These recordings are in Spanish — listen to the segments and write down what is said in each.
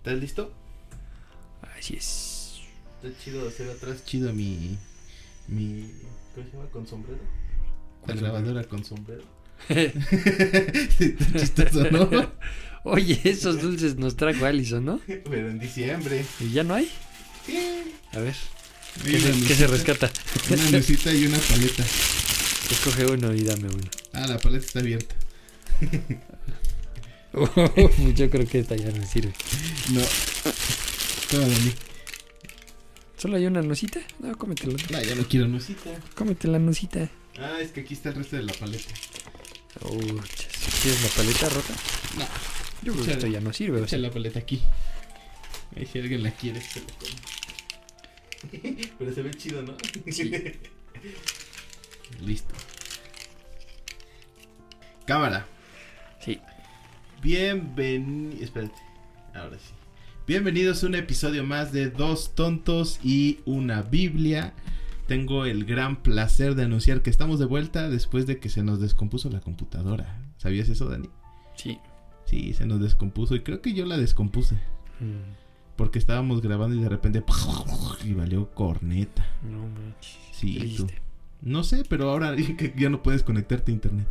¿Estás listo? Así es. Está chido hacer atrás chido mi ¿cómo se llama? ¿Con sombrero? La grabadora con sombrero. Está chistoso, ¿no? Oye, esos dulces nos trajo Allison, ¿no? Pero en diciembre. ¿Y ya no hay? Sí. A ver, Hay ¿qué una se rescata? Una lucita y una paleta. Escoge uno y dame uno. Ah, la paleta está abierta. Yo creo que esta ya no sirve. No. Toma, Dani. ¿Solo hay una nucita? No, cómetela. No, ya no quiero nucita. Cómete la nucita. Ah, es que aquí está el resto de la paleta. ¿Quieres la paleta rota? No. Yo creo que esto ya no sirve. O Echa sea. la paleta aquí. Ahí si alguien la quiere, se la come. Pero se ve chido, ¿no? Sí. Listo. Cámara. Sí. Espérate. Ahora sí. Bienvenidos a un episodio más de Dos Tontos y una Biblia. Tengo el gran placer de anunciar que estamos de vuelta después de que se nos descompuso la computadora. ¿Sabías eso, Dani? Sí. Sí, se nos descompuso y creo que yo la descompuse. Porque estábamos grabando y de repente y valió corneta. No manches. Sí, ¿Qué tú. hiciste? No sé, pero ahora ya no puedes conectarte a internet.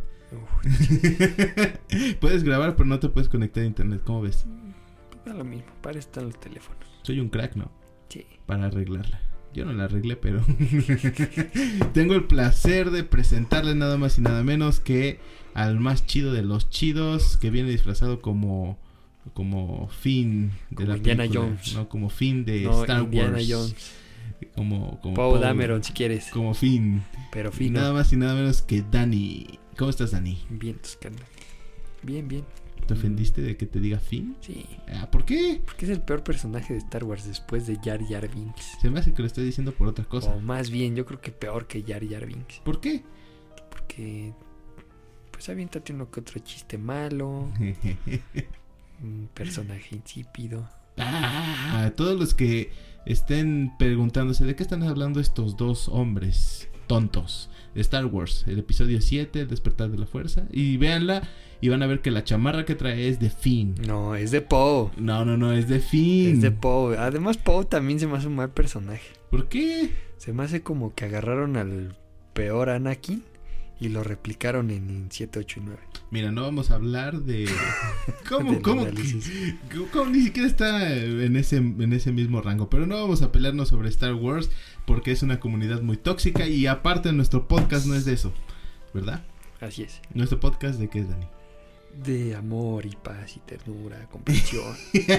Puedes grabar, pero no te puedes conectar a internet. ¿Cómo ves? Da lo mismo, para eso están los teléfonos. Soy un crack, ¿no? Sí. Para arreglarla. Yo no la arreglé, pero tengo el placer de presentarle nada más y nada menos que al más chido de los chidos, que viene disfrazado como Finn de Como la Indiana película, Jones. no como Finn de No, Star Indiana Wars. Jones. Como Poe Dameron, si quieres. como Finn. Pero fino. Nada más y nada menos que Dani. ¿Cómo estás, Dani? Bien, tus carnal. Bien, bien. ¿Te ofendiste de que te diga Finn? Sí. Ah, ¿por qué? Porque es el peor personaje de Star Wars después de Jar Jar Binks. Se me hace que lo estoy diciendo por otra cosa. O más bien, yo creo que peor que Jar Jar Binks. ¿Por qué? Porque, pues aviéntate uno que otro chiste malo. Un personaje insípido. Todos los que estén preguntándose de qué están hablando estos dos hombres tontos de Star Wars, el episodio 7, El despertar de la fuerza, y véanla y van a ver que la chamarra que trae es de Finn. No, es de Poe. No, es de Finn. Es de Poe. Además, Poe también se me hace un mal personaje. ¿Por qué? Se me hace como que agarraron al peor Anakin y lo replicaron en 7, 8 y 9. Mira, no vamos a hablar de... ¿Cómo? Análisis. ¿Cómo? Ni siquiera está en ese mismo rango. Pero no vamos a pelearnos sobre Star Wars porque es una comunidad muy tóxica y aparte nuestro podcast no es de eso, ¿verdad? Así es. ¿Nuestro podcast de qué es, Dani? De amor y paz y ternura, comprensión.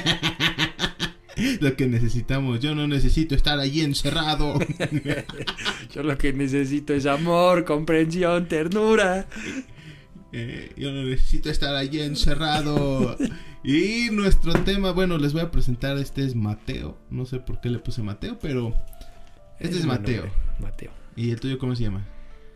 Lo que necesitamos. Yo no necesito estar allí encerrado. Yo lo que necesito es amor, comprensión, ternura. Yo no necesito estar allí encerrado. Y nuestro tema, bueno, les voy a presentar. Este es Mateo. No sé por qué le puse Mateo, pero este es Mateo. Mateo. ¿Y el tuyo cómo se llama?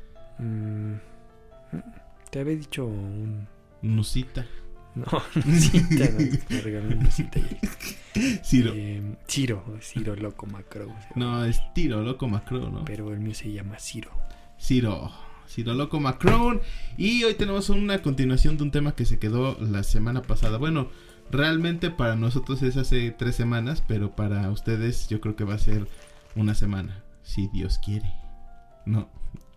Te había dicho un... Nusita. No, Nusita, no, me regaló un Nusita. Ciro. Ciro Loco Macro. No, es Tiro Loco Macron, ¿no? Pero el mío se llama Ciro. Ciro Loco Macron. Y hoy tenemos una continuación de un tema que se quedó la semana pasada. Bueno, realmente para nosotros es hace 3 semanas, pero para ustedes yo creo que va a ser una semana, si Dios quiere. No.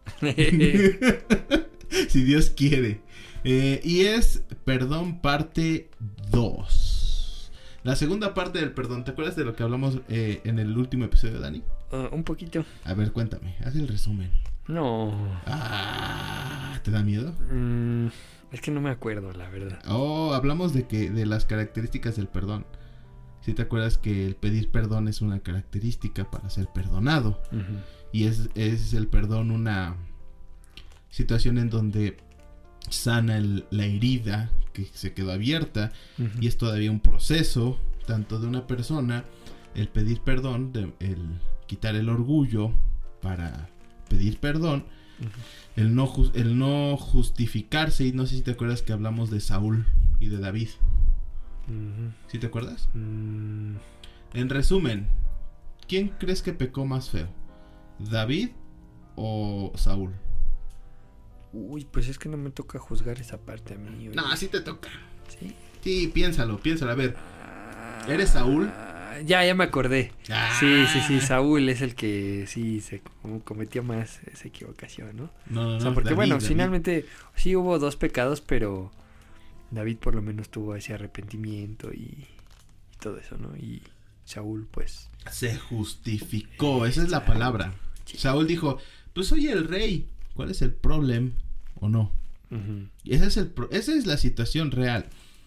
Si Dios quiere. Y es perdón parte 2. La segunda parte del perdón. ¿Te acuerdas de lo que hablamos en el último episodio, Dani? Un poquito. A ver, cuéntame, haz el resumen. No. ¿Te da miedo? Es que no me acuerdo, la verdad. Hablamos de las características del perdón. Si te acuerdas que el pedir perdón es una característica para ser perdonado. Uh-huh. Y es el perdón una situación en donde sana la herida que se quedó abierta. Uh-huh. Y es todavía un proceso tanto de una persona, el pedir perdón, el quitar el orgullo para pedir perdón. Uh-huh. El no justificarse. Y no sé si te acuerdas que hablamos de Saúl y de David. Uh-huh. ¿Sí te acuerdas? En resumen, ¿quién crees que pecó más feo? ¿David o Saúl? Uy, pues es que no me toca juzgar esa parte a mí. Oye. No, sí te toca. ¿Sí? Sí, piénsalo. A ver. ¿Eres Saúl? Ya me acordé. Ah. Sí, Saúl es el que sí se cometió más esa equivocación, ¿no? No, O sea, porque David. finalmente sí hubo 2 pecados, pero David por lo menos tuvo ese arrepentimiento y todo eso, ¿no? Y Saúl, pues... Se justificó, esa es la palabra. Sí. Saúl dijo, pues soy el rey, ¿cuál es el problema? ¿O no? Uh-huh. Esa es la situación real.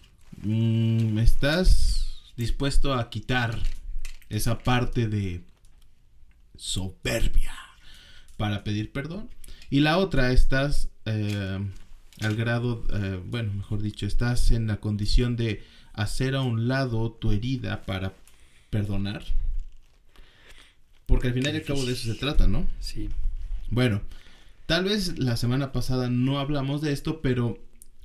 ¿Estás dispuesto a quitar esa parte de soberbia para pedir perdón? Y la otra, estás al grado, mejor dicho, estás en la condición de hacer a un lado tu herida para perdonar. Porque al final y al cabo de eso se trata, ¿no? Sí. Bueno, tal vez la semana pasada no hablamos de esto, pero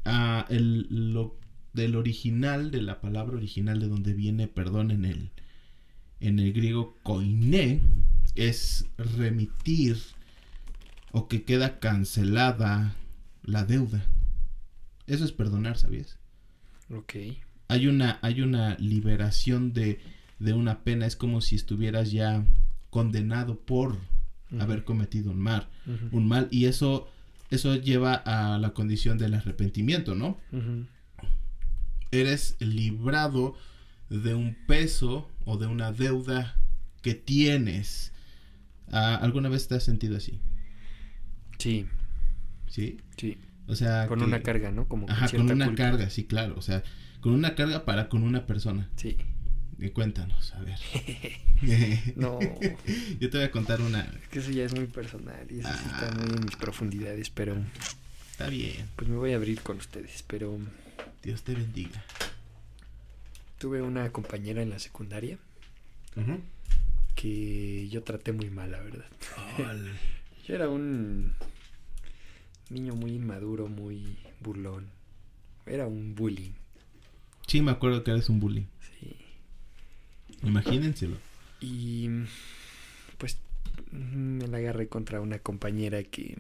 del original, de la palabra original de donde viene perdón en el griego koiné, es remitir o que queda cancelada la deuda. Eso es perdonar, ¿sabías? Ok. Hay una liberación de una pena. Es como si estuvieras ya condenado por haber cometido un mal, y eso lleva a la condición del arrepentimiento, ¿no? Uh-huh. Eres librado de un peso o de una deuda que tienes. ¿Alguna vez te has sentido así? Sí. ¿Sí? Sí. O sea, con una carga, ¿no? Como con una culpa. Carga, sí, claro. O sea, con una carga con una persona. Sí. Cuéntanos, a ver. No. Yo te voy a contar una. Es que eso ya es muy personal y eso sí está muy en mis profundidades, pero... Está bien. Pues me voy a abrir con ustedes, pero... Dios te bendiga. Tuve una compañera en la secundaria uh-huh. que yo traté muy mal, la verdad. Hola. Yo era un niño muy inmaduro, muy burlón. Era un bullying. Sí, me acuerdo que eres un bully. Sí. Imagínenselo. Y pues me la agarré contra una compañera que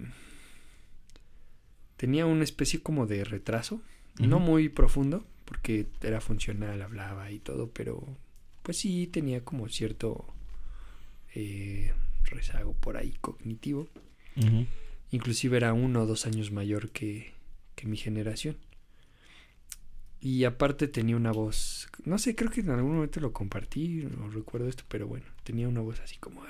tenía una especie como de retraso, uh-huh. No muy profundo, porque era funcional, hablaba y todo, pero pues sí tenía como cierto rezago por ahí cognitivo. Uh-huh. Inclusive era 1 o 2 años mayor que mi generación. Y aparte tenía una voz, no sé, creo que en algún momento lo compartí, no recuerdo esto, pero bueno, tenía una voz así como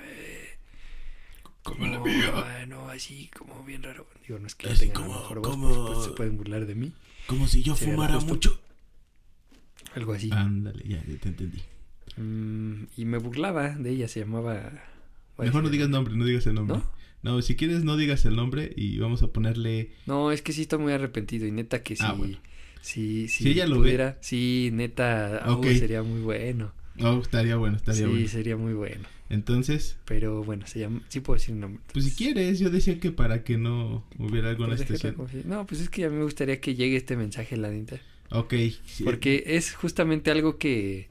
la mía. No, así como bien raro. Digo, no es que así tenga como, la mejor voz, pues se pueden burlar de mí. Como si yo fumara mucho. Algo así. Ándale, ya te entendí. Y me burlaba de ella, se llamaba... Mejor no digas nombre, no digas el nombre. No, si quieres no digas el nombre y vamos a ponerle... No, es que sí estoy muy arrepentido y neta que sí. Bueno. Si ella lo pudiera, ve. Sí, neta, okay. Sería muy bueno. Estaría bueno, sí, bueno. Sí, sería muy bueno. Entonces... Pero bueno, se llama... Sí puedo decir el nombre. Pues si quieres, yo decía que para que no hubiera alguna estación. No, pues es que a mí me gustaría que llegue este mensaje, la neta. Ok. Sí. Porque es justamente algo que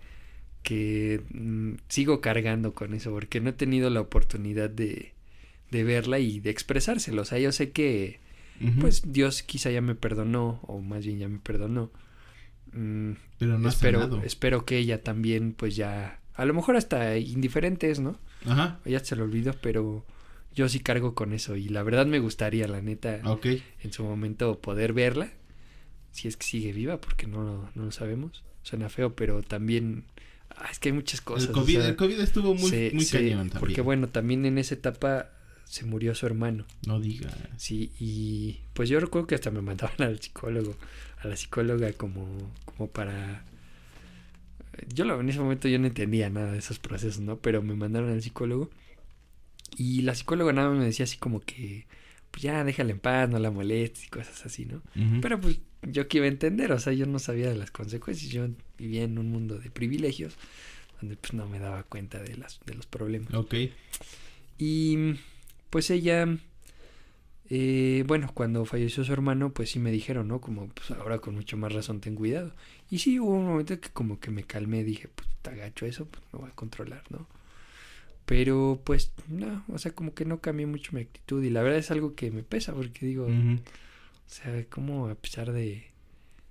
sigo cargando con eso, porque no he tenido la oportunidad de verla y de expresárselo. O sea, yo sé que uh-huh. Pues Dios quizá ya me perdonó, o más bien ya me perdonó. Pero no espero que ella también, pues ya, a lo mejor hasta indiferentes, ¿no? Ajá. Ya se lo olvidó, pero yo sí cargo con eso y la verdad me gustaría, la neta, en su momento poder verla, si es que sigue viva, porque no lo sabemos. Suena feo, pero también es que hay muchas cosas. El COVID estuvo muy cañón también. Porque bueno, también en esa etapa se murió su hermano. No digas. Sí, y pues yo recuerdo que hasta me mandaban al psicólogo, a la psicóloga como para... en ese momento yo no entendía nada de esos procesos, ¿no? Pero me mandaron al psicólogo y la psicóloga nada más me decía así como que pues ya déjala en paz, no la molestes y cosas así, ¿no? Uh-huh. Pero pues yo que iba a entender, o sea, yo no sabía de las consecuencias, yo vivía en un mundo de privilegios donde pues no me daba cuenta de los problemas. Okay. Y pues ella, bueno, cuando falleció su hermano, pues sí me dijeron, ¿no? Como, pues ahora con mucho más razón ten cuidado. Y sí, hubo un momento que como que me calmé, dije, pues está gacho eso, pues me voy a controlar, ¿no? Pero pues no, o sea, como que no cambié mucho mi actitud y la verdad es algo que me pesa porque digo, uh-huh. o sea, como a pesar de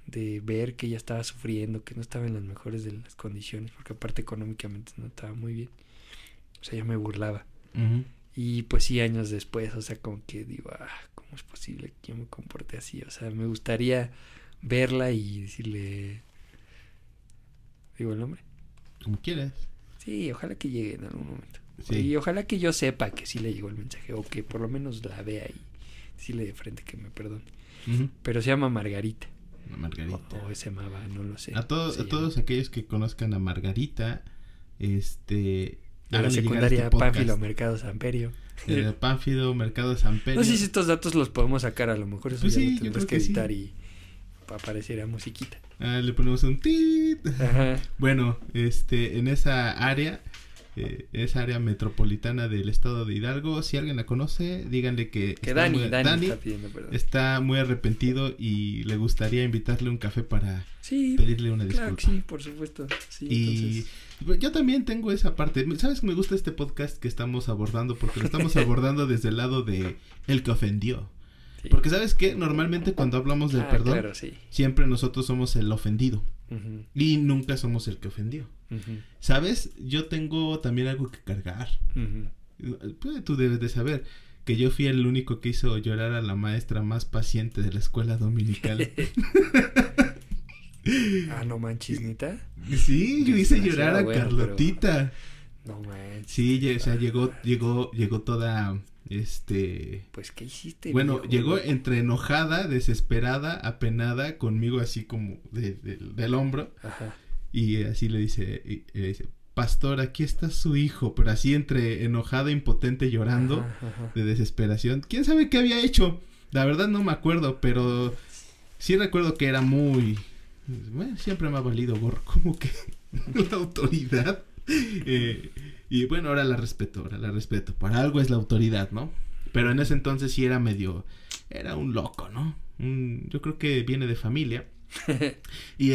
de ver que ella estaba sufriendo, que no estaba en las mejores de las condiciones, porque aparte económicamente no estaba muy bien. O sea, yo me burlaba. Uh-huh. Y pues sí, años después, o sea, como que digo, ¿cómo es posible que yo me comporte así? O sea, me gustaría verla y decirle... ¿Digo el nombre? Como quieras. Sí, ojalá que llegue en algún momento. Sí. Y ojalá que yo sepa que sí le llegó el mensaje, o que por lo menos la vea y decirle de frente que me perdone. Uh-huh. Pero se llama Margarita. Margarita. O se llamaba, no lo sé. A todos aquellos que conozcan a Margarita, de la secundaria este Pánfilo Mercado Samperio. Pánfilo Mercado Samperio. No sé si estos datos los podemos sacar, a lo mejor eso pues ya sí, lo tendrás que editar sí. Y aparecerá musiquita. Le ponemos un tit. Ajá. Bueno, en esa área metropolitana del estado de Hidalgo, si alguien la conoce, díganle que Dani está pidiendo perdón. Está muy arrepentido y le gustaría invitarle un café para sí, pedirle una claro disculpa. Sí, por supuesto. Sí, y entonces... yo también tengo esa parte. ¿Sabes que me gusta este podcast que estamos abordando? Porque lo estamos abordando desde el lado de el que ofendió. Sí. Porque ¿sabes qué? Normalmente cuando hablamos del perdón, claro, sí. Siempre nosotros somos el ofendido. Uh-huh. Y nunca somos el que ofendió. Uh-huh. ¿Sabes? Yo tengo también algo que cargar. Uh-huh. Pues tú debes de saber que yo fui el único que hizo llorar a la maestra más paciente de la escuela dominical. No manches, ¿neta? Sí, yo hice llorar a Carlotita. Pero... No manches. Sí, o sea, llegó toda... Pues, ¿qué hiciste? Bueno, viejo? llegó entre enojada, desesperada, apenada, conmigo así como del hombro. Ajá. Y así le dice, pastor, aquí está su hijo, pero así entre enojada, impotente, llorando, ajá. De desesperación. ¿Quién sabe qué había hecho? La verdad no me acuerdo, pero sí recuerdo que era muy... Bueno, siempre me ha valido gorro, como que la autoridad... y bueno, ahora la respeto. Para algo es la autoridad, ¿no? Pero en ese entonces sí era un loco, ¿no? Yo creo que viene de familia. Y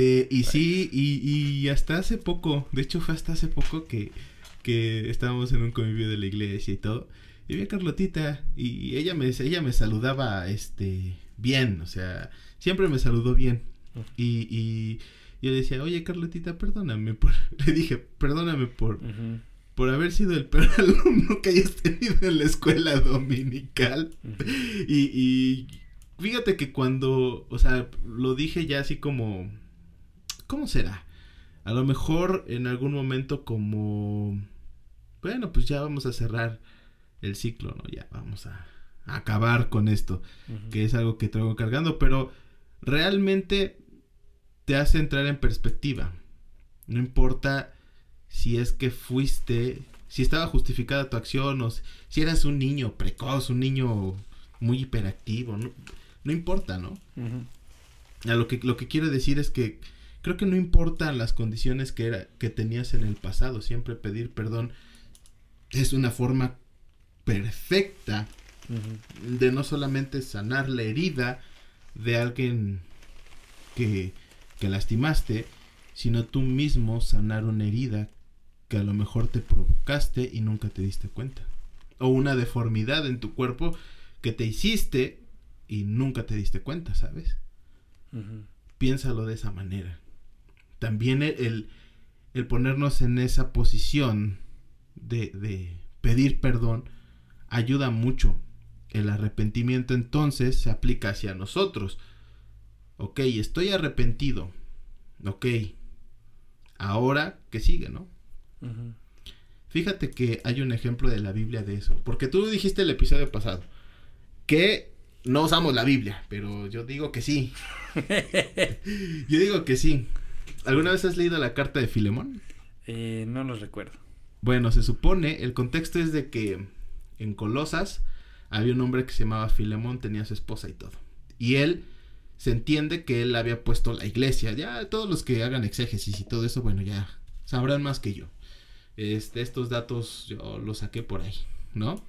y hasta hace poco, de hecho fue hasta hace poco que estábamos en un convivio de la iglesia y todo. Y vi a Carlotita y ella me saludaba bien, o sea, siempre me saludó bien. Y yo le decía, oye Carlotita, perdóname uh-huh. por haber sido el peor alumno que hayas tenido en la escuela dominical. Uh-huh. Y fíjate que cuando, o sea, lo dije ya así como, ¿cómo será? A lo mejor en algún momento como, bueno, pues ya vamos a cerrar el ciclo, ¿no? Ya vamos a acabar con esto, uh-huh. Que es algo que traigo cargando, pero realmente te hace entrar en perspectiva. No importa si es que si estaba justificada tu acción o si eras un niño precoz, un niño muy hiperactivo, no importa, ¿no? Uh-huh. Lo que quiero decir es que creo que no importan las condiciones que tenías en el pasado, siempre pedir perdón es una forma perfecta uh-huh. de no solamente sanar la herida de alguien que lastimaste, sino tú mismo sanar una herida que a lo mejor te provocaste y nunca te diste cuenta. O una deformidad en tu cuerpo que te hiciste y nunca te diste cuenta, ¿sabes? Uh-huh. Piénsalo de esa manera. También el ponernos en esa posición de pedir perdón ayuda mucho. El arrepentimiento entonces se aplica hacia nosotros. Ok, estoy arrepentido. Ok, ahora que sigue, ¿no? Uh-huh. Fíjate que hay un ejemplo de la Biblia de eso. Porque tú dijiste el episodio pasado que no usamos la Biblia, pero yo digo que sí. Yo digo que sí. ¿Alguna vez has leído la carta de Filemón? No lo recuerdo. Bueno, se supone, el contexto es de que en Colosas había un hombre que se llamaba Filemón, tenía su esposa y todo. Y él... se entiende que él había puesto la iglesia. Ya todos los que hagan exégesis y todo eso, bueno, ya sabrán más que yo. Estos datos yo los saqué por ahí, ¿no?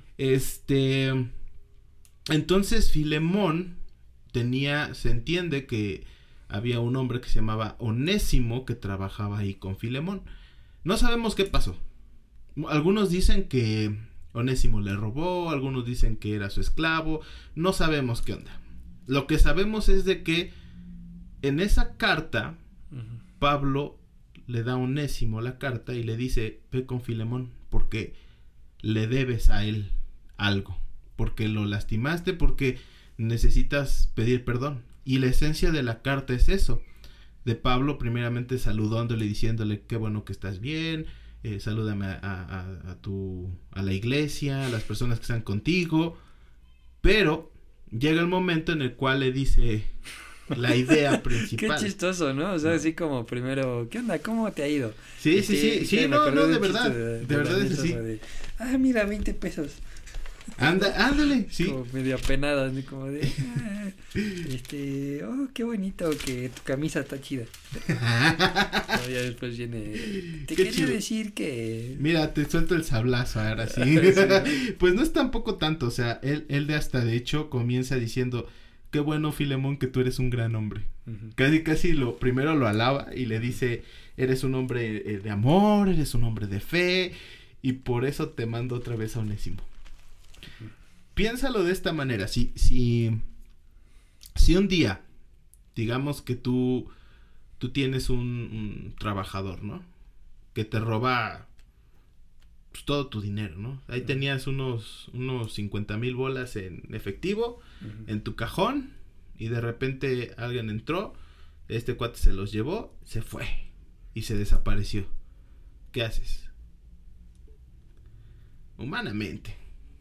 Entonces Filemón se entiende que había un hombre que se llamaba Onésimo que trabajaba ahí con Filemón. No sabemos qué pasó. Algunos dicen que Onésimo le robó, algunos dicen que era su esclavo. No sabemos qué onda. Lo que sabemos es de que En esa carta, Ujú. Pablo le da a Onésimo la carta y le dice, ve con Filemón, porque le debes a él algo, porque lo lastimaste, porque necesitas pedir perdón. Y la esencia de la carta es eso, de Pablo primeramente saludándole y diciéndole qué bueno que estás bien, salúdame a la iglesia, a las personas que están contigo, pero llega el momento en el cual le dice la idea principal. Qué chistoso, ¿no? O sea, así como primero, ¿qué onda? ¿Cómo te ha ido? Sí, sí, me acordé no, un de chiste verdad, de verdad es así. Mira, 20 pesos. Ándale, sí. Como medio apenado, así como de, qué bonito que tu camisa está chida. Ya después viene, te Qué quería chido. decir que... Mira, te suelto el sablazo ahora sí. Sí. Pues no es tampoco tanto, o sea, él de hecho comienza diciendo, qué bueno Filemón que tú eres un gran hombre. Ujú. Casi primero lo alaba y le dice, eres un hombre de amor, eres un hombre de fe y por eso te mando otra vez a Onésimo. Piénsalo de esta manera, si un día, digamos que tú tienes un trabajador, ¿no? Que te roba pues, todo tu dinero, ¿no? Ahí tenías unos 50,000 bolas en efectivo en tu cajón y de repente alguien entró, este cuate se los llevó, se fue y se desapareció. ¿Qué haces? Humanamente.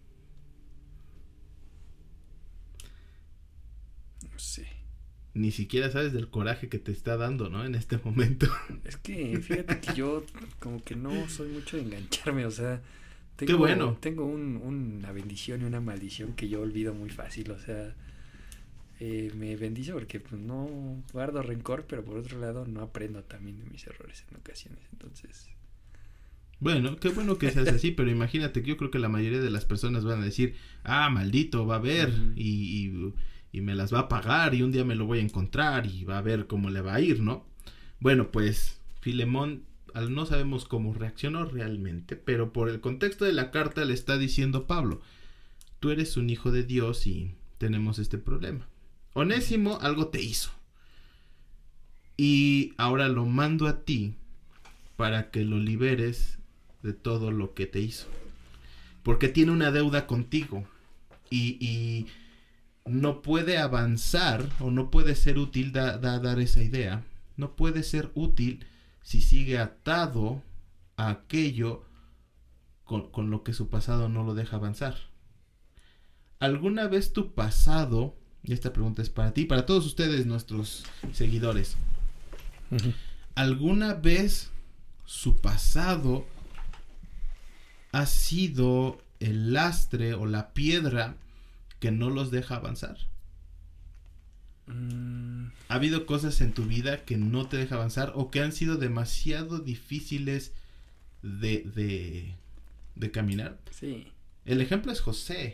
No sé. Ni siquiera sabes del coraje que te está dando, ¿no? En este momento. Es que fíjate que yo como que no soy mucho de engancharme, o sea, Qué bueno. tengo una bendición y una maldición que yo olvido muy fácil, o sea, me bendice porque pues no guardo rencor, pero por otro lado no aprendo también de mis errores en ocasiones, entonces... Bueno, qué bueno que seas así, pero imagínate que yo creo que la mayoría de las personas van a decir, maldito, va a ver, y me las va a pagar, y un día me lo voy a encontrar, y va a ver cómo le va a ir, ¿no? Bueno, pues, Filemón, no sabemos cómo reaccionó realmente, pero por el contexto de la carta le está diciendo Pablo, tú eres un hijo de Dios y tenemos este problema. Onésimo algo te hizo, y ahora lo mando a ti para que lo liberes de todo lo que te hizo, porque tiene una deuda contigo y no puede avanzar o no puede ser útil dar esa idea, no puede ser útil si sigue atado a aquello con lo que su pasado no lo deja avanzar. ¿Alguna vez tu pasado, y esta pregunta es para ti, para todos ustedes nuestros seguidores, alguna vez su pasado ha sido el lastre o la piedra que no los deja avanzar? ¿Ha habido cosas en tu vida que no te deja avanzar o que han sido demasiado difíciles de caminar? Sí. El ejemplo es José.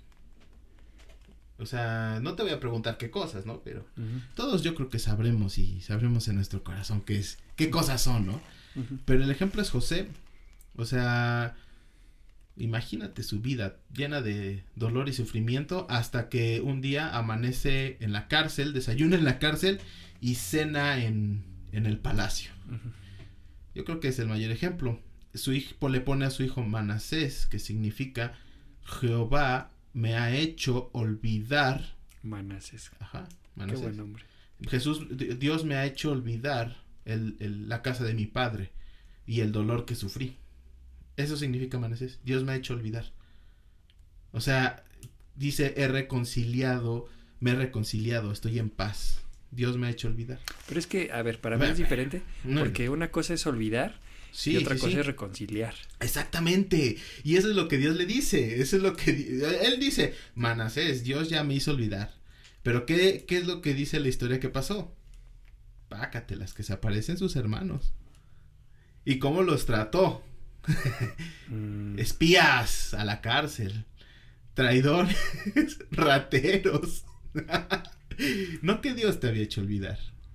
O sea, no te voy a preguntar qué cosas, ¿no? Pero todos yo creo que sabremos en nuestro corazón qué cosas son, ¿no? Pero el ejemplo es José. O sea, imagínate su vida llena de dolor y sufrimiento hasta que un día amanece en la cárcel, desayuna en la cárcel y cena en el palacio. Yo creo que es el mayor ejemplo. Su hijo le pone a su hijo Manasés, que significa Jehová me ha hecho olvidar. Manasés. Ajá, Manasés. Qué buen nombre. Dios me ha hecho olvidar la casa de mi padre y el dolor que sufrí. Eso significa Manasés. Dios me ha hecho olvidar. O sea, dice, me he reconciliado, estoy en paz. Dios me ha hecho olvidar. Pero es que, a ver, para mí es diferente, porque una cosa es olvidar y otra cosa es reconciliar. Exactamente. Y eso es lo que Dios le dice. Eso es lo que él dice. Manasés, Dios ya me hizo olvidar. Pero ¿qué es lo que dice la historia que pasó? Pácatelas, que se aparecen sus hermanos. ¿Y cómo los trató? Espías a la cárcel, traidores, rateros. No que Dios te había hecho olvidar.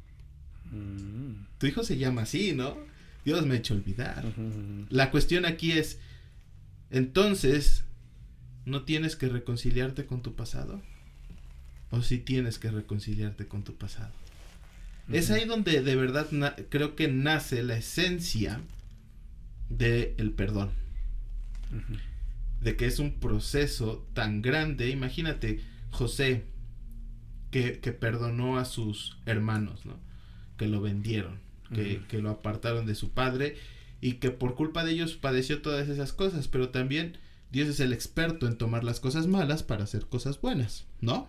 Tu hijo se llama así, ¿no? Dios me ha hecho olvidar. La cuestión aquí es, entonces, ¿no tienes que reconciliarte con tu pasado? ¿O sí tienes que reconciliarte con tu pasado? Es ahí donde de verdad creo que nace la esencia del perdón. De que es un proceso tan grande. Imagínate, José, que perdonó a sus hermanos, ¿no? Que lo vendieron, que lo apartaron de su padre y que por culpa de ellos padeció todas esas cosas, pero también Dios es el experto en tomar las cosas malas para hacer cosas buenas, ¿no?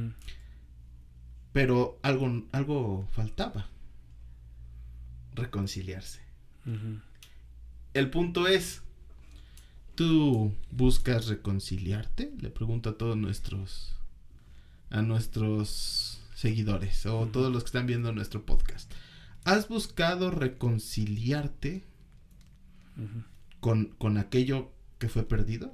Pero algo faltaba. Reconciliarse. El punto es, ¿tú buscas reconciliarte? Le pregunto a todos nuestros seguidores o todos los que están viendo nuestro podcast. ¿Has buscado reconciliarte con aquello que fue perdido?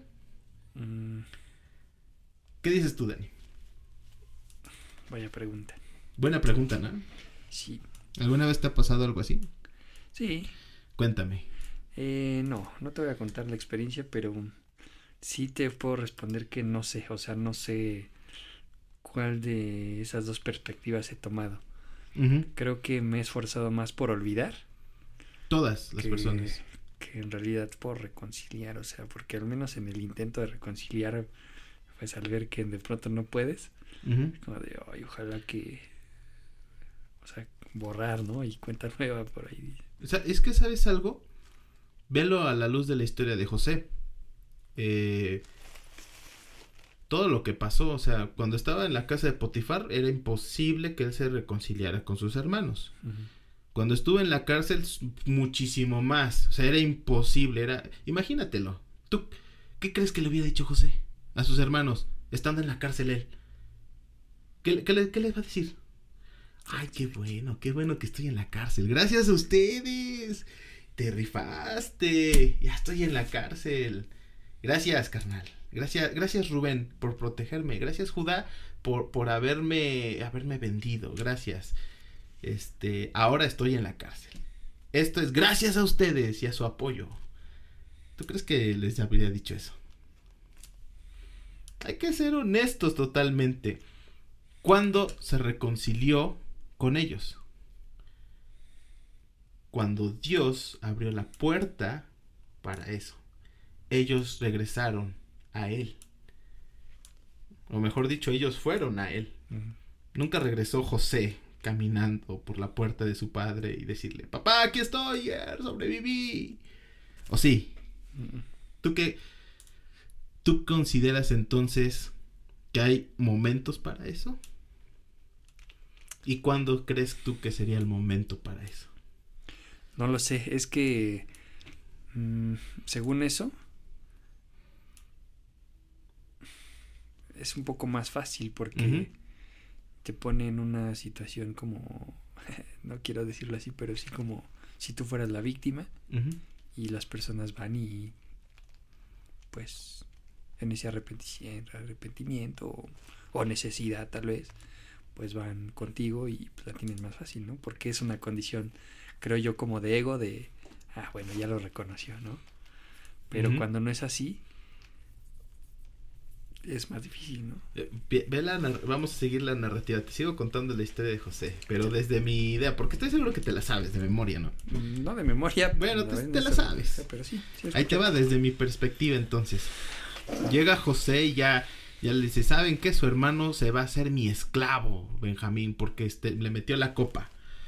¿Qué dices tú, Dani? Vaya pregunta. Buena pregunta, ¿no? Sí. ¿Alguna vez te ha pasado algo así? Sí. Cuéntame. No te voy a contar la experiencia, pero sí te puedo responder que no sé, o sea, no sé cuál de esas dos perspectivas he tomado. Creo que me he esforzado más por olvidar. Todas las personas. Que en realidad por reconciliar, o sea, porque al menos en el intento de reconciliar, pues al ver que de pronto no puedes, como de, ay, ojalá que, o sea, borrar, ¿no? Y cuenta nueva por ahí. O sea, es que, ¿sabes algo? Velo a la luz de la historia de José. Todo lo que pasó, o sea, cuando estaba en la casa de Potifar, era imposible que él se reconciliara con sus hermanos. Cuando estuvo en la cárcel, muchísimo más. O sea, era imposible, imagínatelo. ¿Tú qué crees que le hubiera dicho José a sus hermanos, estando en la cárcel él? ¿Qué les va a decir? Ay, qué bueno que estoy en la cárcel. Gracias a ustedes. Te rifaste. Ya estoy en la cárcel. Gracias, carnal. Gracias, Rubén, por protegerme. Gracias, Judá, por haberme vendido. Gracias. Ahora estoy en la cárcel. Esto es gracias a ustedes y a su apoyo. ¿Tú crees que les habría dicho eso? Hay que ser honestos totalmente. ¿Cuándo se reconcilió con ellos? Cuando Dios abrió la puerta para eso. Ellos regresaron a Él. O mejor dicho, ellos fueron a Él. Nunca regresó José caminando por la puerta de su padre y decirle, papá, aquí estoy, sobreviví. ¿O sí? ¿Tú consideras entonces que hay momentos para eso? ¿Y cuándo crees tú que sería el momento para eso? No lo sé, es que según eso es un poco más fácil porque te pone en una situación como, no quiero decirlo así, pero sí como si tú fueras la víctima y las personas van y pues en ese arrepentimiento o necesidad tal vez, pues van contigo y pues, la tienen más fácil, ¿no? Porque es una condición, creo yo, como de ego de, bueno, ya lo reconoció, ¿no? Pero cuando no es así, es más difícil, ¿no? Vamos a seguir la narrativa. Te sigo contando la historia de José, pero desde mi idea, porque estoy seguro que te la sabes de memoria, ¿no? No de memoria. Bueno, te la sabes. Pero sí ahí te va, desde mi perspectiva, entonces. Llega José y ya le dice, ¿saben qué? Su hermano se va a hacer mi esclavo, Benjamín, porque le metió la copa.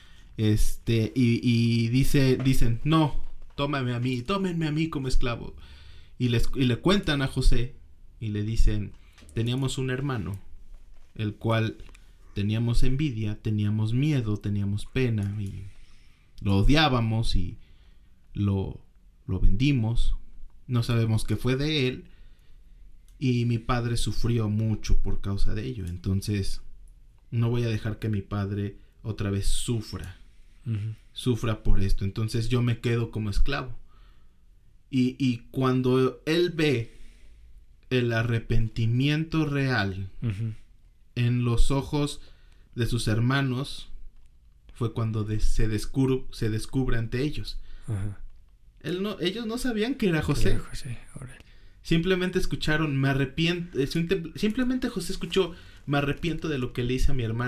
Y dicen, no, tómenme a mí como esclavo. Y le cuentan a José y le dicen, teníamos un hermano, el cual teníamos envidia, teníamos miedo, teníamos pena y lo odiábamos y lo vendimos. No sabemos qué fue de él. Y mi padre sufrió mucho por causa de ello. Entonces, no voy a dejar que mi padre otra vez sufra por esto. Entonces, yo me quedo como esclavo. Y cuando él ve el arrepentimiento real en los ojos de sus hermanos, fue cuando se descubre ante ellos. Ellos no sabían que era José. Simplemente escucharon, me arrepiento. Simplemente José escuchó, me arrepiento de lo que le hice a mi hermano.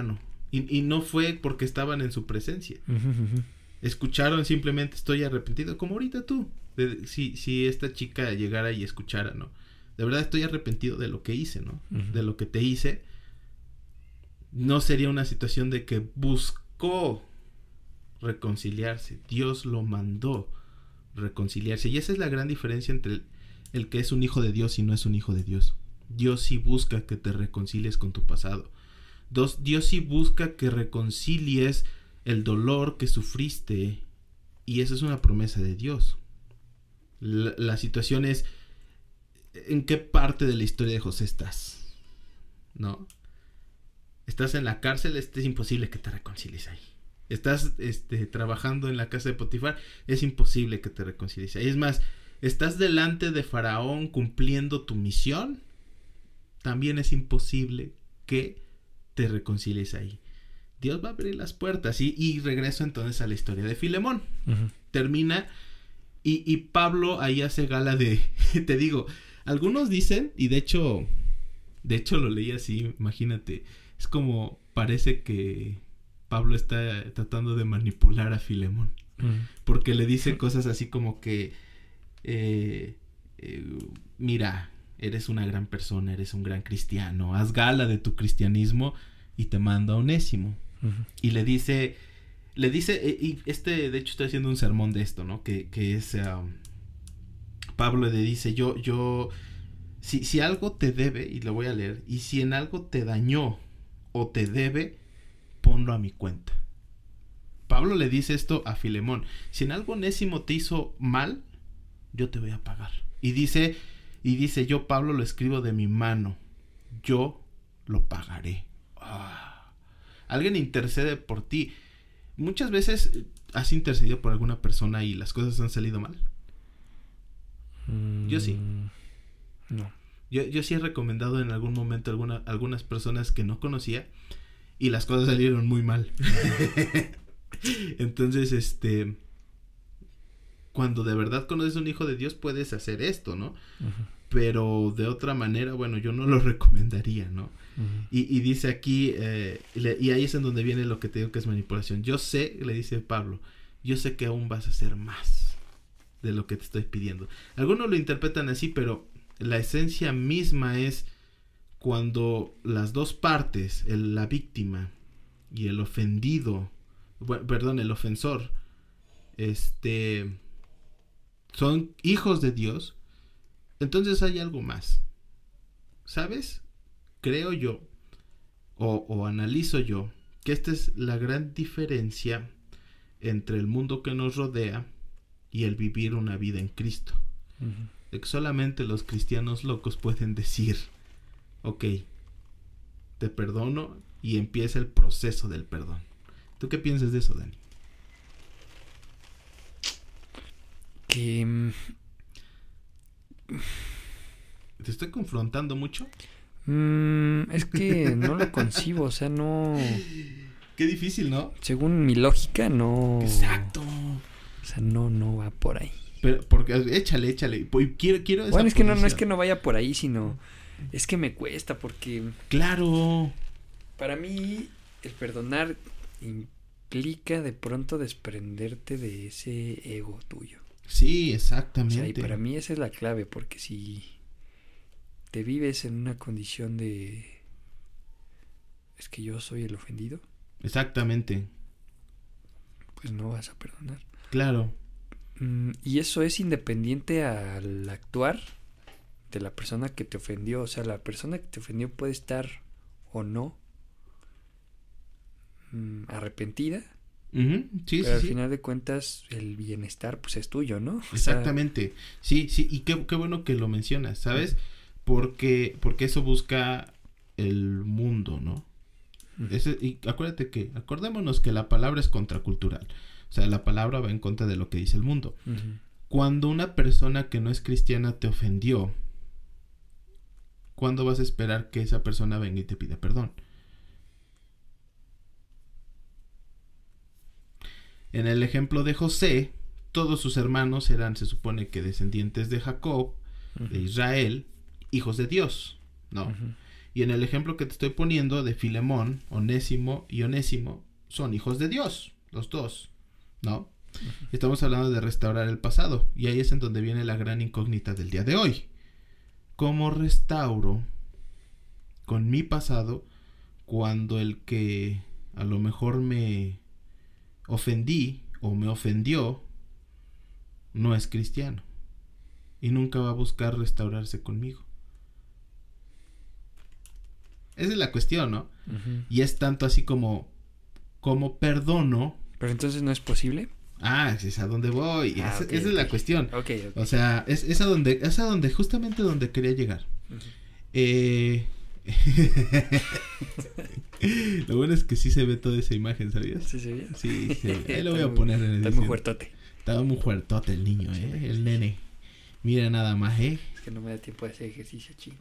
Y no fue porque estaban en su presencia. Uh-huh. Escucharon simplemente estoy arrepentido, como ahorita tú. Si esta chica llegara y escuchara, ¿no? De verdad estoy arrepentido de lo que hice, ¿no? Uh-huh. De lo que te hice. No sería una situación de que buscó reconciliarse. Dios lo mandó reconciliarse. Y esa es la gran diferencia entre el que es un hijo de Dios y no es un hijo de Dios. Dios sí busca que te reconcilies con tu pasado. Dios sí busca que reconcilies el dolor que sufriste. Y esa es una promesa de Dios. La situación es ¿en qué parte de la historia de José estás? ¿No? Estás en la cárcel, es imposible que te reconcilies ahí. Estás trabajando en la casa de Potifar, es imposible que te reconcilies ahí. Es más, estás delante de Faraón cumpliendo tu misión, también es imposible que te reconcilies ahí. Dios va a abrir las puertas. Y regreso entonces a la historia de Filemón. Uh-huh. Termina y Pablo ahí hace gala de, te digo, algunos dicen, y de hecho lo leí así, imagínate, es como parece que Pablo está tratando de manipular a Filemón. Uh-huh. Porque le dice cosas así como que mira, eres una gran persona, eres un gran cristiano, haz gala de tu cristianismo y te manda a Onésimo. Uh-huh. Y le dice, y de hecho estoy haciendo un sermón de esto, ¿no? Que es, Pablo le dice, yo, si algo te debe, y lo voy a leer, y si en algo te dañó o te debe, ponlo a mi cuenta. Pablo le dice esto a Filemón, si en algo Onésimo te hizo mal, yo te voy a pagar. Y dice, yo Pablo lo escribo de mi mano, yo lo pagaré. Alguien intercede por ti. Muchas veces has intercedido por alguna persona y las cosas han salido mal. Yo sí. No. Yo sí he recomendado en algún momento algunas personas que no conocía y las cosas salieron muy mal. Entonces, cuando de verdad conoces a un hijo de Dios puedes hacer esto, ¿no? Uh-huh. Pero de otra manera, bueno, yo no lo recomendaría, ¿no? Uh-huh. Y dice aquí, y ahí es en donde viene lo que te digo que es manipulación. Yo sé, le dice Pablo, yo sé que aún vas a hacer más de lo que te estoy pidiendo. Algunos lo interpretan así, pero la esencia misma es cuando las dos partes, la víctima y el ofendido, el ofensor, son hijos de Dios, entonces hay algo más. ¿Sabes? Creo yo, o analizo yo, que esta es la gran diferencia entre el mundo que nos rodea y el vivir una vida en Cristo. Uh-huh. De que solamente los cristianos locos pueden decir, ok, te perdono, y empieza el proceso del perdón. ¿Tú qué piensas de eso, Dani? Que ¿te estoy confrontando mucho? Es que no lo concibo, o sea, no. Qué difícil, ¿no? Según mi lógica, no. Exacto. O sea, no va por ahí. Pero, porque, échale. Quiero esa bueno, es que no es posición. que no vaya por ahí, sino. Es que me cuesta, porque. Claro. Para mí, el perdonar implica de pronto desprenderte de ese ego tuyo. Sí, exactamente. O sea, y para mí esa es la clave, porque si te vives en una condición de es que yo soy el ofendido, exactamente, pues no vas a perdonar. claro. Y eso es independiente al actuar de la persona que te ofendió. O sea, la persona que te ofendió puede estar o no arrepentida. Uh-huh. Sí, pero al sí. final de cuentas el bienestar pues es tuyo, ¿no? O exactamente. Sea, sí, y qué bueno que lo mencionas, ¿sabes? Porque eso busca el mundo, ¿no? Y acordémonos que la palabra es contracultural. O sea, la palabra va en contra de lo que dice el mundo. Uh-huh. Cuando una persona que no es cristiana te ofendió, ¿cuándo vas a esperar que esa persona venga y te pida perdón? En el ejemplo de José, todos sus hermanos eran, se supone que descendientes de Jacob, uh-huh, de Israel, hijos de Dios, ¿no? Uh-huh. Y en el ejemplo que te estoy poniendo de Filemón, Onésimo y Onésimo son hijos de Dios, los dos, ¿no? Estamos hablando de restaurar el pasado, y ahí es en donde viene la gran incógnita del día de hoy. ¿Cómo restauro con mi pasado cuando el que a lo mejor me ofendí o me ofendió no es cristiano y nunca va a buscar restaurarse conmigo? Esa es la cuestión, ¿no? Uh-huh. Y es tanto así como perdono. Pero entonces no es posible. Es a donde voy. Esa es la cuestión. Okay. O sea, es a donde justamente donde quería llegar. Uh-huh. Lo bueno es que sí se ve toda esa imagen, ¿sabías? Sí se ve. Sí, ahí lo voy a poner en edición. Está muy fuertote. Estaba muy fuertote el niño, el nene. Mira nada más, Es que no me da tiempo de hacer ejercicio, chinga.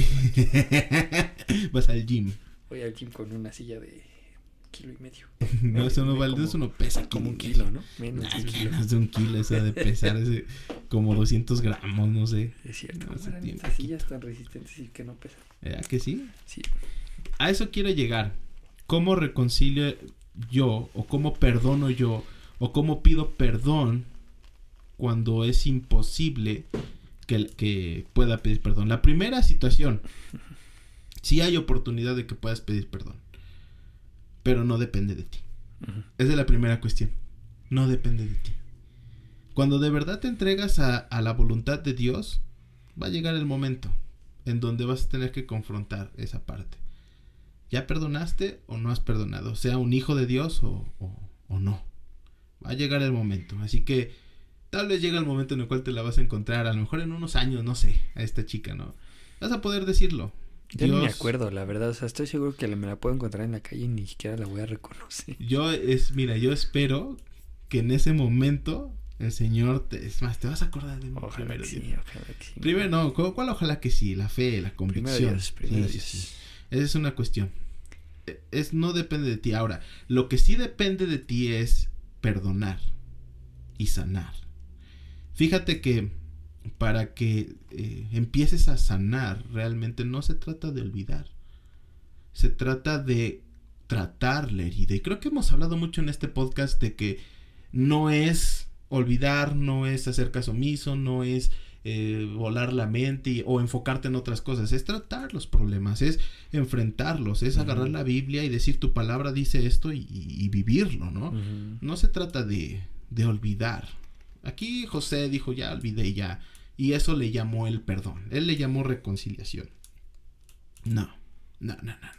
Vas al gym. Voy al gym con una silla de 1,5 kilos. No, eso no vale, eso no pesa como 1 kilo, ¿no? Menos de 1 kilo, eso de pesar como 200 gramos, no sé. Es cierto, no eran estas sillas tan resistentes y que no pesan. ¿Verdad que sí? Sí. A eso quiero llegar. ¿Cómo reconcilio yo, o cómo perdono yo, o cómo pido perdón cuando es imposible que pueda pedir perdón? La primera situación, sí hay oportunidad de que puedas pedir perdón, pero no depende de ti. Uh-huh. Esa es la primera cuestión. No depende de ti. Cuando de verdad te entregas a la voluntad de Dios, va a llegar el momento en donde vas a tener que confrontar esa parte. ¿Ya perdonaste o no has perdonado? Sea un hijo de Dios o no. Va a llegar el momento. Así que tal vez llega el momento en el cual te la vas a encontrar, a lo mejor en unos años, no sé, a esta chica, ¿no? Vas a poder decirlo. Yo no me acuerdo, la verdad. O sea, estoy seguro que me la puedo encontrar en la calle y ni siquiera la voy a reconocer. Yo espero que en ese momento el Señor es más, te vas a acordar de mí. Ojalá que sí. Primero, no, ¿cuál ojalá que sí? La fe, la convicción. Primero Dios. Sí. Esa es una cuestión. No depende de ti. Ahora, lo que sí depende de ti es perdonar y sanar. Fíjate que para que empieces a sanar, realmente no se trata de olvidar. Se trata de tratar la herida. Y creo que hemos hablado mucho en este podcast de que no es olvidar, no es hacer caso omiso, no es volar la mente o enfocarte en otras cosas. Es tratar los problemas, es enfrentarlos, es agarrar la Biblia y decir tu palabra dice esto y vivirlo, ¿no? Uh-huh. No se trata de olvidar. Aquí José dijo ya olvidé ya. Y eso le llamó el perdón. Él le llamó reconciliación. No. Uh-huh.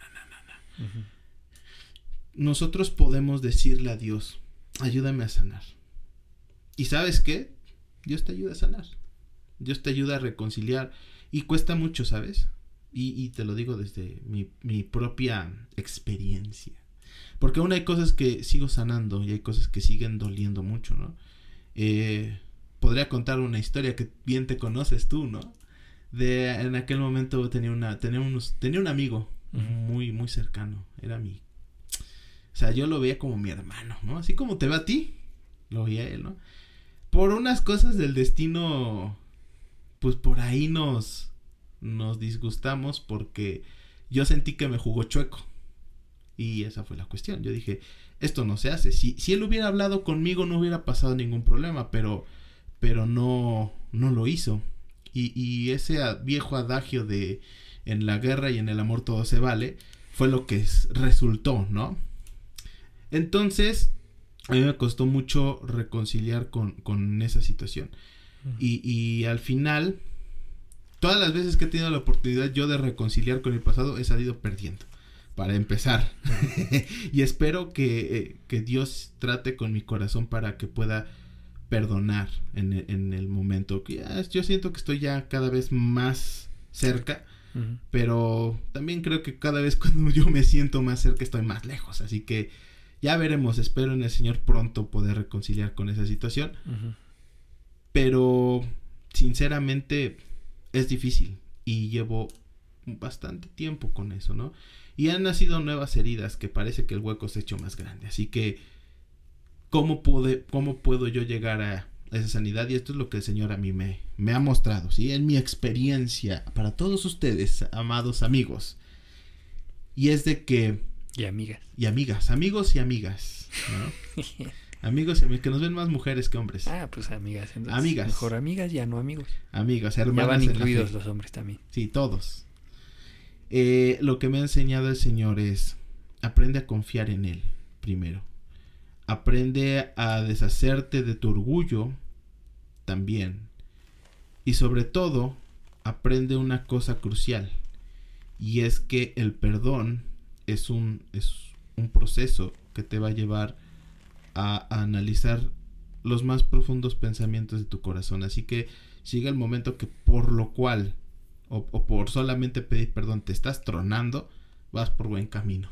Nosotros podemos decirle a Dios, ayúdame a sanar. ¿Y sabes qué? Dios te ayuda a sanar. Dios te ayuda a reconciliar. Y cuesta mucho, ¿sabes? Y te lo digo desde mi propia experiencia. Porque aún hay cosas que sigo sanando y hay cosas que siguen doliendo mucho, ¿no? Podría contar una historia que bien te conoces tú, ¿no? En aquel momento tenía un amigo muy, muy cercano. Era o sea, yo lo veía como mi hermano, ¿no? Así como te ve a ti, lo veía a él, ¿no? Por unas cosas del destino, pues por ahí nos disgustamos porque yo sentí que me jugó chueco. Y esa fue la cuestión. Yo dije, esto no se hace. Si él hubiera hablado conmigo no hubiera pasado ningún problema, pero no lo hizo. Y ese viejo adagio de en la guerra y en el amor todo se vale, fue lo que resultó, ¿no? Entonces, a mí me costó mucho reconciliar con esa situación. Uh-huh. Y al final, todas las veces que he tenido la oportunidad yo de reconciliar con el pasado, he salido perdiendo. Para empezar. Y espero que Dios trate con mi corazón para que pueda perdonar en el momento. Yo siento que estoy ya cada vez más cerca. Uh-huh. Pero también creo que cada vez cuando yo me siento más cerca estoy más lejos. Así que ya veremos. Espero en el Señor pronto poder reconciliar con esa situación. Uh-huh. Pero sinceramente es difícil. Y llevo bastante tiempo con eso, ¿no? Y han nacido nuevas heridas que parece que el hueco se ha hecho más grande. Así que, ¿cómo puedo yo llegar a esa sanidad? Y esto es lo que el Señor a mí me ha mostrado, ¿sí? En mi experiencia, para todos ustedes, amados amigos, Y es de que... Y amigas. Y amigas, amigos y amigas, ¿no? Amigos y amigas, que nos ven más mujeres que hombres. Ah, pues amigas. Entonces, amigas. Mejor amigas, ya no amigos. Amigas, hermanas. Ya van en la incluidos fe. los hombres también. Sí, todos. Lo que me ha enseñado el Señor es, aprende a confiar en Él, primero. Aprende a deshacerte de tu orgullo, también. Y sobre todo, aprende una cosa crucial. Y es que el perdón es un proceso que te va a llevar a analizar los más profundos pensamientos de tu corazón. Así que llega el momento que por lo cual o por solamente pedir perdón te estás tronando, vas por buen camino.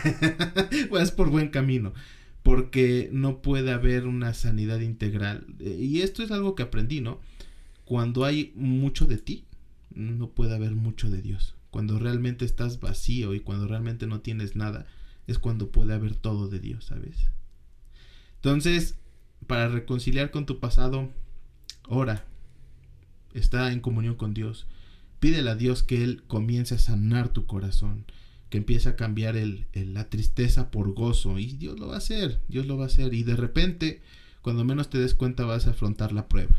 Vas por buen camino. Porque no puede haber una sanidad integral. Y esto es algo que aprendí, ¿no? Cuando hay mucho de ti, no puede haber mucho de Dios. Cuando realmente estás vacío y cuando realmente no tienes nada, es cuando puede haber todo de Dios, ¿sabes? Entonces, para reconciliar con tu pasado, ora. Está en comunión con Dios. Pídele a Dios que Él comience a sanar tu corazón, que empiece a cambiar la tristeza por gozo. Y Dios lo va a hacer, Dios lo va a hacer. Y de repente, cuando menos te des cuenta, vas a afrontar la prueba.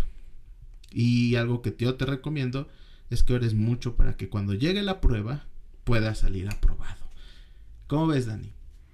Y algo que yo te recomiendo es que ores mucho para que cuando llegue la prueba, pueda salir aprobado. ¿Cómo ves, Dani?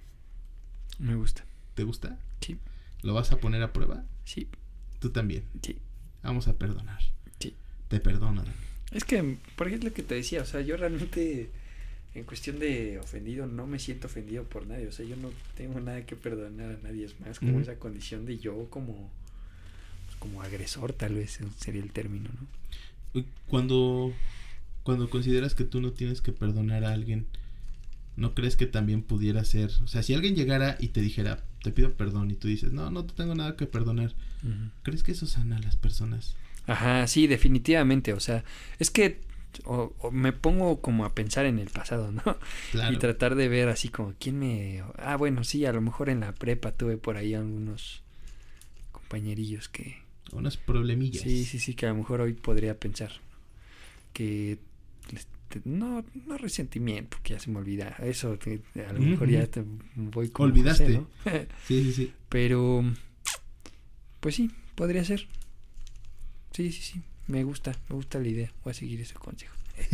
Me gusta. ¿Te gusta? Sí. ¿Lo vas a poner a prueba? Sí. Tú también. Sí. Vamos a perdonar. Sí. Te perdono, Dani. Es que, por ejemplo, lo que te decía, o sea, yo realmente, en cuestión de ofendido, no me siento ofendido por nadie. O sea, yo no tengo nada que perdonar a nadie. Es más como esa condición de yo como agresor, tal vez sería el término, ¿no? Cuando consideras que tú no tienes que perdonar a alguien, ¿no crees que también pudiera ser? O sea, si alguien llegara y te dijera, te pido perdón, y tú dices, no te tengo nada que perdonar, ¿crees que eso sana a las personas? Ajá, sí, definitivamente. O sea, es que o me pongo como a pensar en el pasado, ¿no? Claro. Y tratar de ver así como bueno, sí, a lo mejor en la prepa tuve por ahí algunos compañerillos que... Unas problemillas. Sí, que a lo mejor hoy podría pensar que no resentimiento, porque ya se me olvida. Eso, a lo mejor ya te voy como olvidaste. José, ¿no? Sí. Pero, pues sí, podría ser. Sí, me gusta la idea. Voy a seguir ese consejo.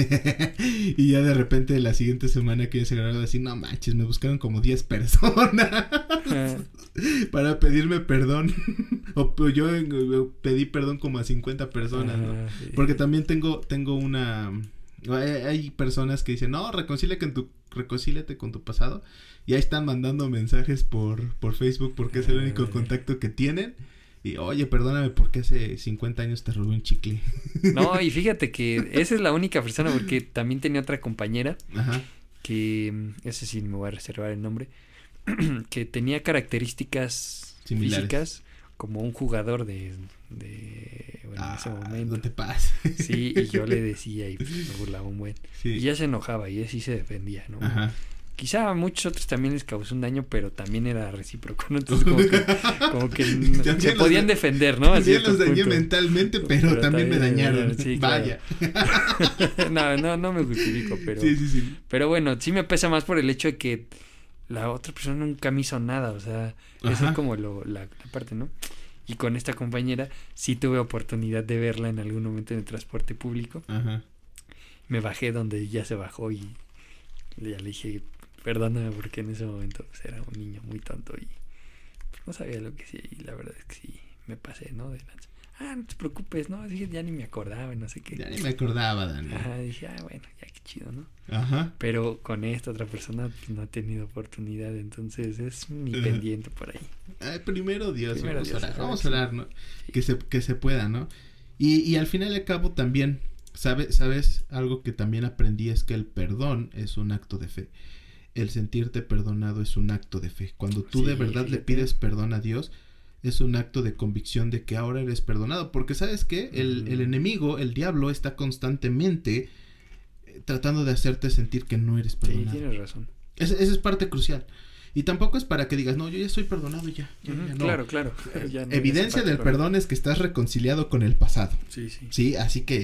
Y ya de repente la siguiente semana que se grabó así, no manches, me buscaron como 10 personas para pedirme perdón. O yo pedí perdón como a 50 personas, ¿no? Sí. Porque también tengo una... Hay personas que dicen, no, reconcíliate con tu pasado. Y ahí están mandando mensajes por Facebook porque es el único contacto que tienen. Y, oye, perdóname porque hace 50 años te robé un chicle. No, y fíjate que esa es la única persona, porque también tenía otra compañera. Ajá. Que, ese sí me voy a reservar el nombre, que tenía características similares, físicas como un jugador en ese momento. No te pases. Sí, y yo le decía y pues, me burlaba un buen. Sí. Y ella se enojaba y así se defendía, ¿no? Ajá. Quizá a muchos otros también les causó un daño, pero también era recíproco, ¿no? Entonces como que se podían defender, ¿no? También los dañé mentalmente, pero también me dañaron. Sí, vaya. Claro. No me justifico, pero... Sí. Pero bueno, sí me pesa más por el hecho de que la otra persona nunca me hizo nada, o sea, eso es como la parte, ¿no? Y con esta compañera sí tuve oportunidad de verla en algún momento en el transporte público. Ajá. Me bajé donde ya se bajó y ya le dije, perdóname porque en ese momento pues, era un niño muy tonto y pues, no sabía lo que sí, y la verdad es que sí me pasé, ¿no? De lanza. No te preocupes, ¿no? Dije, ya ni me acordaba, no sé qué. Ya ni me acordaba, Dani. Ajá, dije, bueno, ya qué chido, ¿no? Ajá. Pero con esta otra persona pues, no he tenido oportunidad, entonces es mi pendiente por ahí. Primero Dios, vamos a orar, ¿no? Sí. Que se pueda, ¿no? Y al final y al cabo también, ¿sabes? Algo que también aprendí es que el perdón es un acto de fe. El sentirte perdonado es un acto de fe. Cuando tú de verdad le pides perdón a Dios, es un acto de convicción de que ahora eres perdonado. Porque ¿sabes qué? El enemigo, el diablo, está constantemente tratando de hacerte sentir que no eres perdonado. Sí, tienes razón. Esa es parte crucial. Y tampoco es para que digas, no, yo ya estoy perdonado ya no. Claro. Ya no, evidencia del perdón es que estás reconciliado con el pasado. Sí. Sí, así que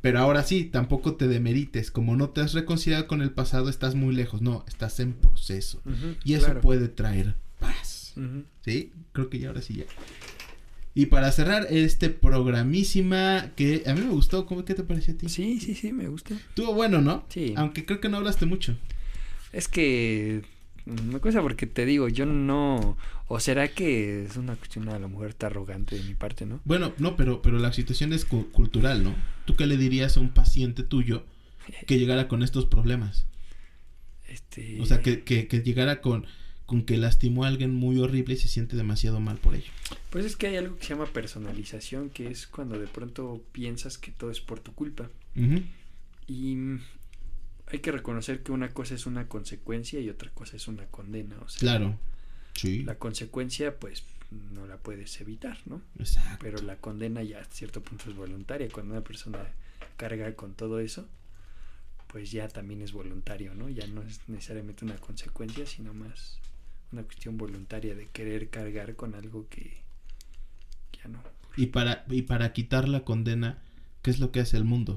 Pero ahora sí, tampoco te demerites. Como no te has reconciliado con el pasado, estás muy lejos. No, estás en proceso. Y eso puede traer paz. ¿Sí? Creo que ya ahora sí ya. Y para cerrar este programísima que a mí me gustó. ¿Qué te pareció a ti? Sí, me gusta. Estuvo bueno, ¿no? Sí. Aunque creo que no hablaste mucho. Es que me cuesta porque te digo, yo no... O será que es una cuestión a lo mejor está arrogante de mi parte, ¿no? Bueno, no, pero la situación es cultural, ¿no? ¿Tú qué le dirías a un paciente tuyo que llegara con estos problemas? O sea, que llegara con que lastimó a alguien muy horrible y se siente demasiado mal por ello. Pues es que hay algo que se llama personalización, que es cuando de pronto piensas que todo es por tu culpa. Y hay que reconocer que una cosa es una consecuencia y otra cosa es una condena. O sea, claro, sí. La consecuencia, pues, no la puedes evitar, ¿no? Exacto. Pero la condena ya a cierto punto es voluntaria. Cuando una persona carga con todo eso, pues ya también es voluntario, ¿no? Ya no es necesariamente una consecuencia, sino más una cuestión voluntaria de querer cargar con algo que ya no. Y para quitar la condena, ¿qué es lo que hace el mundo?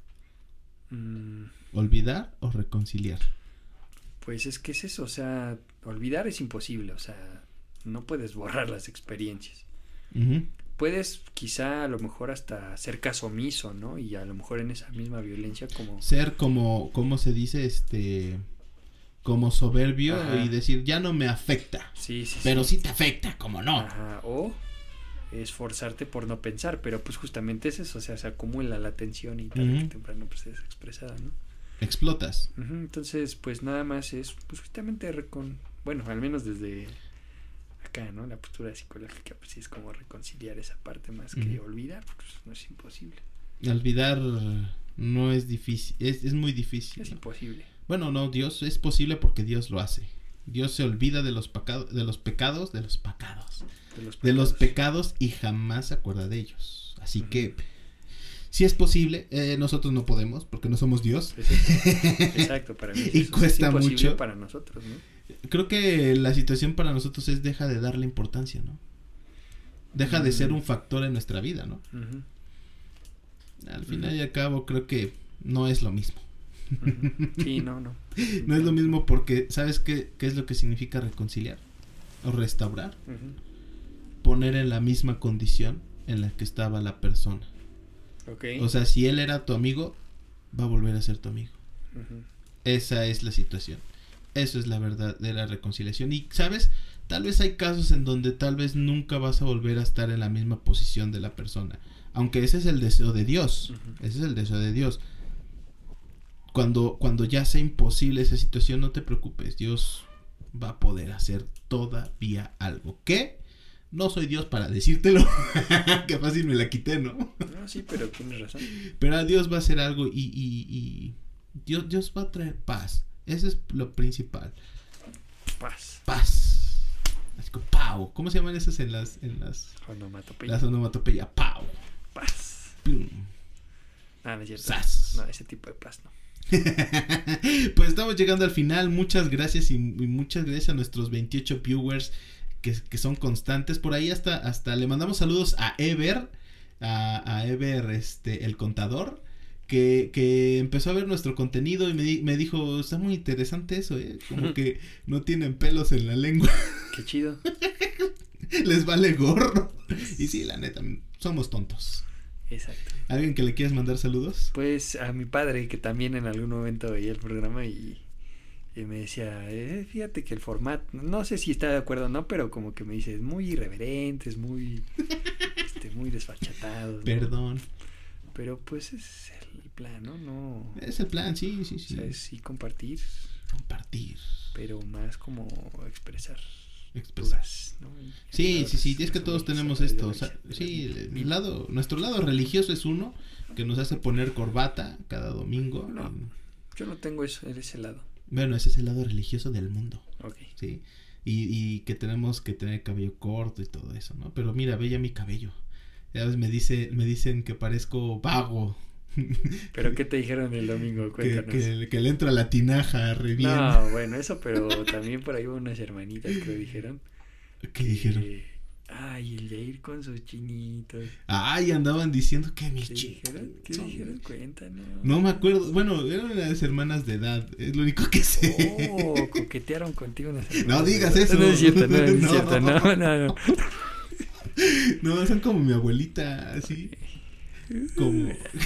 ¿Olvidar o reconciliar? Pues es que es eso, o sea, olvidar es imposible, o sea, no puedes borrar las experiencias. Puedes quizá a lo mejor hasta ser caso omiso, ¿no? Y a lo mejor en esa misma violencia como... Ser como, ¿cómo se dice? Como soberbio. Ajá. Y decir, ya no me afecta. Sí. Pero sí te afecta, ¿cómo no? Ajá, o esforzarte por no pensar, pero pues justamente es eso, o sea, se acumula la tensión y tarde que temprano pues es expresada, ¿no? Explotas. Entonces, pues nada más es, pues justamente bueno, al menos desde acá, ¿no? La postura psicológica, pues sí es como reconciliar esa parte más que olvidar, pues no es imposible. Olvidar no es difícil, es muy difícil. Es imposible. Bueno, no, Dios es posible porque Dios lo hace. Dios se olvida de los pecados y jamás se acuerda de ellos. Así que si es posible, nosotros no podemos porque no somos Dios. Exacto, para mí y cuesta es mucho para nosotros, ¿no? Creo que la situación para nosotros es deja de darle importancia, ¿no? Deja de ser un factor en nuestra vida, ¿no? Al final y al cabo creo que no es lo mismo. Sí, no. No es lo mismo porque ¿sabes qué es lo que significa reconciliar? O restaurar. Poner en la misma condición en la que estaba la persona. O sea, si él era tu amigo, va a volver a ser tu amigo. Esa es la situación. Eso es la verdad de la reconciliación. Y, ¿sabes? Tal vez hay casos en donde tal vez nunca vas a volver a estar en la misma posición de la persona. Aunque ese es el deseo de Dios. Ese es el deseo de Dios. Cuando ya sea imposible esa situación, no te preocupes. Dios va a poder hacer todavía algo. ¿Qué? No soy Dios para decírtelo. Qué fácil me la quité, ¿no? No, sí, pero tienes razón. Pero Dios va a hacer algo y Dios va a traer paz. Eso es lo principal. Paz. Así como, ¡pau! ¿Cómo se llaman esas en las onomatopeyas? Las onomatopeyas. ¡Pau! Paz. ¡Pum! No es cierto. ¡Sas! No, ese tipo de paz no. Pues estamos llegando al final. Muchas gracias y muchas gracias a nuestros 28 viewers que son constantes. Por ahí hasta le mandamos saludos a Ever, a Ever, el contador, que empezó a ver nuestro contenido y me dijo, está muy interesante eso, como que no tienen pelos en la lengua. Qué chido. Les vale gorro. Y sí, la neta, somos tontos. Exacto. ¿Alguien que le quieras mandar saludos? Pues a mi padre, que también en algún momento veía el programa y me decía, fíjate que el formato, no sé si está de acuerdo o no, pero como que me dice, es muy irreverente, es muy muy desfachatado, ¿no? Perdón. Pero pues es el plan, ¿no? Es el plan, sí. O sea, es sí compartir. Pero más como expresar. Dudas, ¿no? Sí, es que todos tenemos esto, o sea, sí, nuestro lado religioso es uno que nos hace poner corbata cada domingo. No, yo no tengo ese lado. Bueno, ese es el lado religioso del mundo. Okay. Sí. Y que tenemos que tener cabello corto y todo eso, ¿no? Pero mira, ve ya mi cabello. Ya ves, me dicen que parezco vago. ¿Pero qué te dijeron el domingo? Cuéntanos. Que le entra la tinaja re bien. No, bueno, eso, pero también por ahí hubo unas hermanitas que lo dijeron. ¿Qué dijeron? Ay, el de ir con sus chinitos. Ay, andaban diciendo que mis ¿Qué chicos. dijeron? Cuéntanos. No me acuerdo. Bueno, eran las hermanas de edad. Es lo único que sé. Oh, coquetearon contigo unas hermanas. No digas eso. No es cierto, no es No. cierto. No. No, son como mi abuelita, así. Como.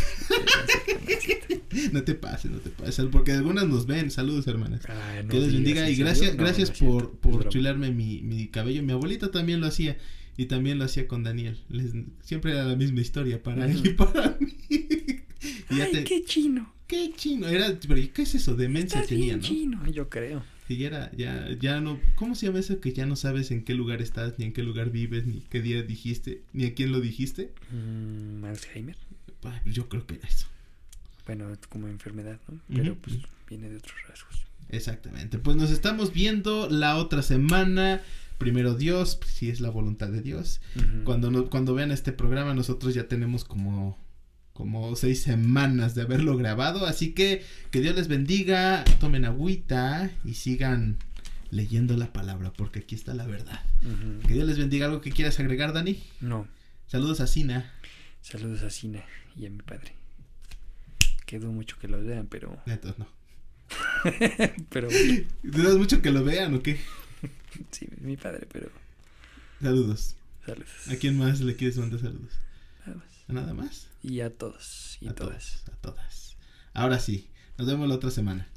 No te pases. Porque algunas nos ven. Saludos, hermanas. Ay, no Que les bendiga. digas, Y ¿en gracias, serio? No, gracias no es cierto, es por broma. chularme mi cabello. Mi abuelita también lo hacía. Y también lo hacía con Daniel. Siempre era la misma historia para él y para mí. Y Ay, qué chino. Qué chino. Pero ¿qué es eso? Demencia Estás tenía, bien ¿no? chino, yo creo. Y ya no. ¿Cómo se llama eso? Que ya no sabes en qué lugar estás, ni en qué lugar vives, ni qué día dijiste, ni a quién lo dijiste. Alzheimer. Yo creo que era eso. Bueno, como enfermedad, ¿no? Pero Ujú. pues viene de otros rasgos. Exactamente. Pues nos estamos viendo la otra semana. Primero Dios, si es la voluntad de Dios. Ujú. Cuando vean este programa, nosotros ya tenemos como 6 semanas de haberlo grabado. Así que Dios les bendiga. Tomen agüita y sigan leyendo la palabra, porque aquí está la verdad. Ujú. Que Dios les bendiga. ¿Algo que quieras agregar, Dani? No. Saludos a Sina. Saludos a Sina y a mi padre. Quedó mucho que los vean, pero... Netos, no. pero... ¿Dudas mucho que lo vean o qué? Sí, mi padre, pero... Saludos. Saludos. ¿A quién más le quieres mandar saludos? Nada más. ¿A nada más? Y a todos y A todas. todas. Ahora sí. Nos vemos la otra semana.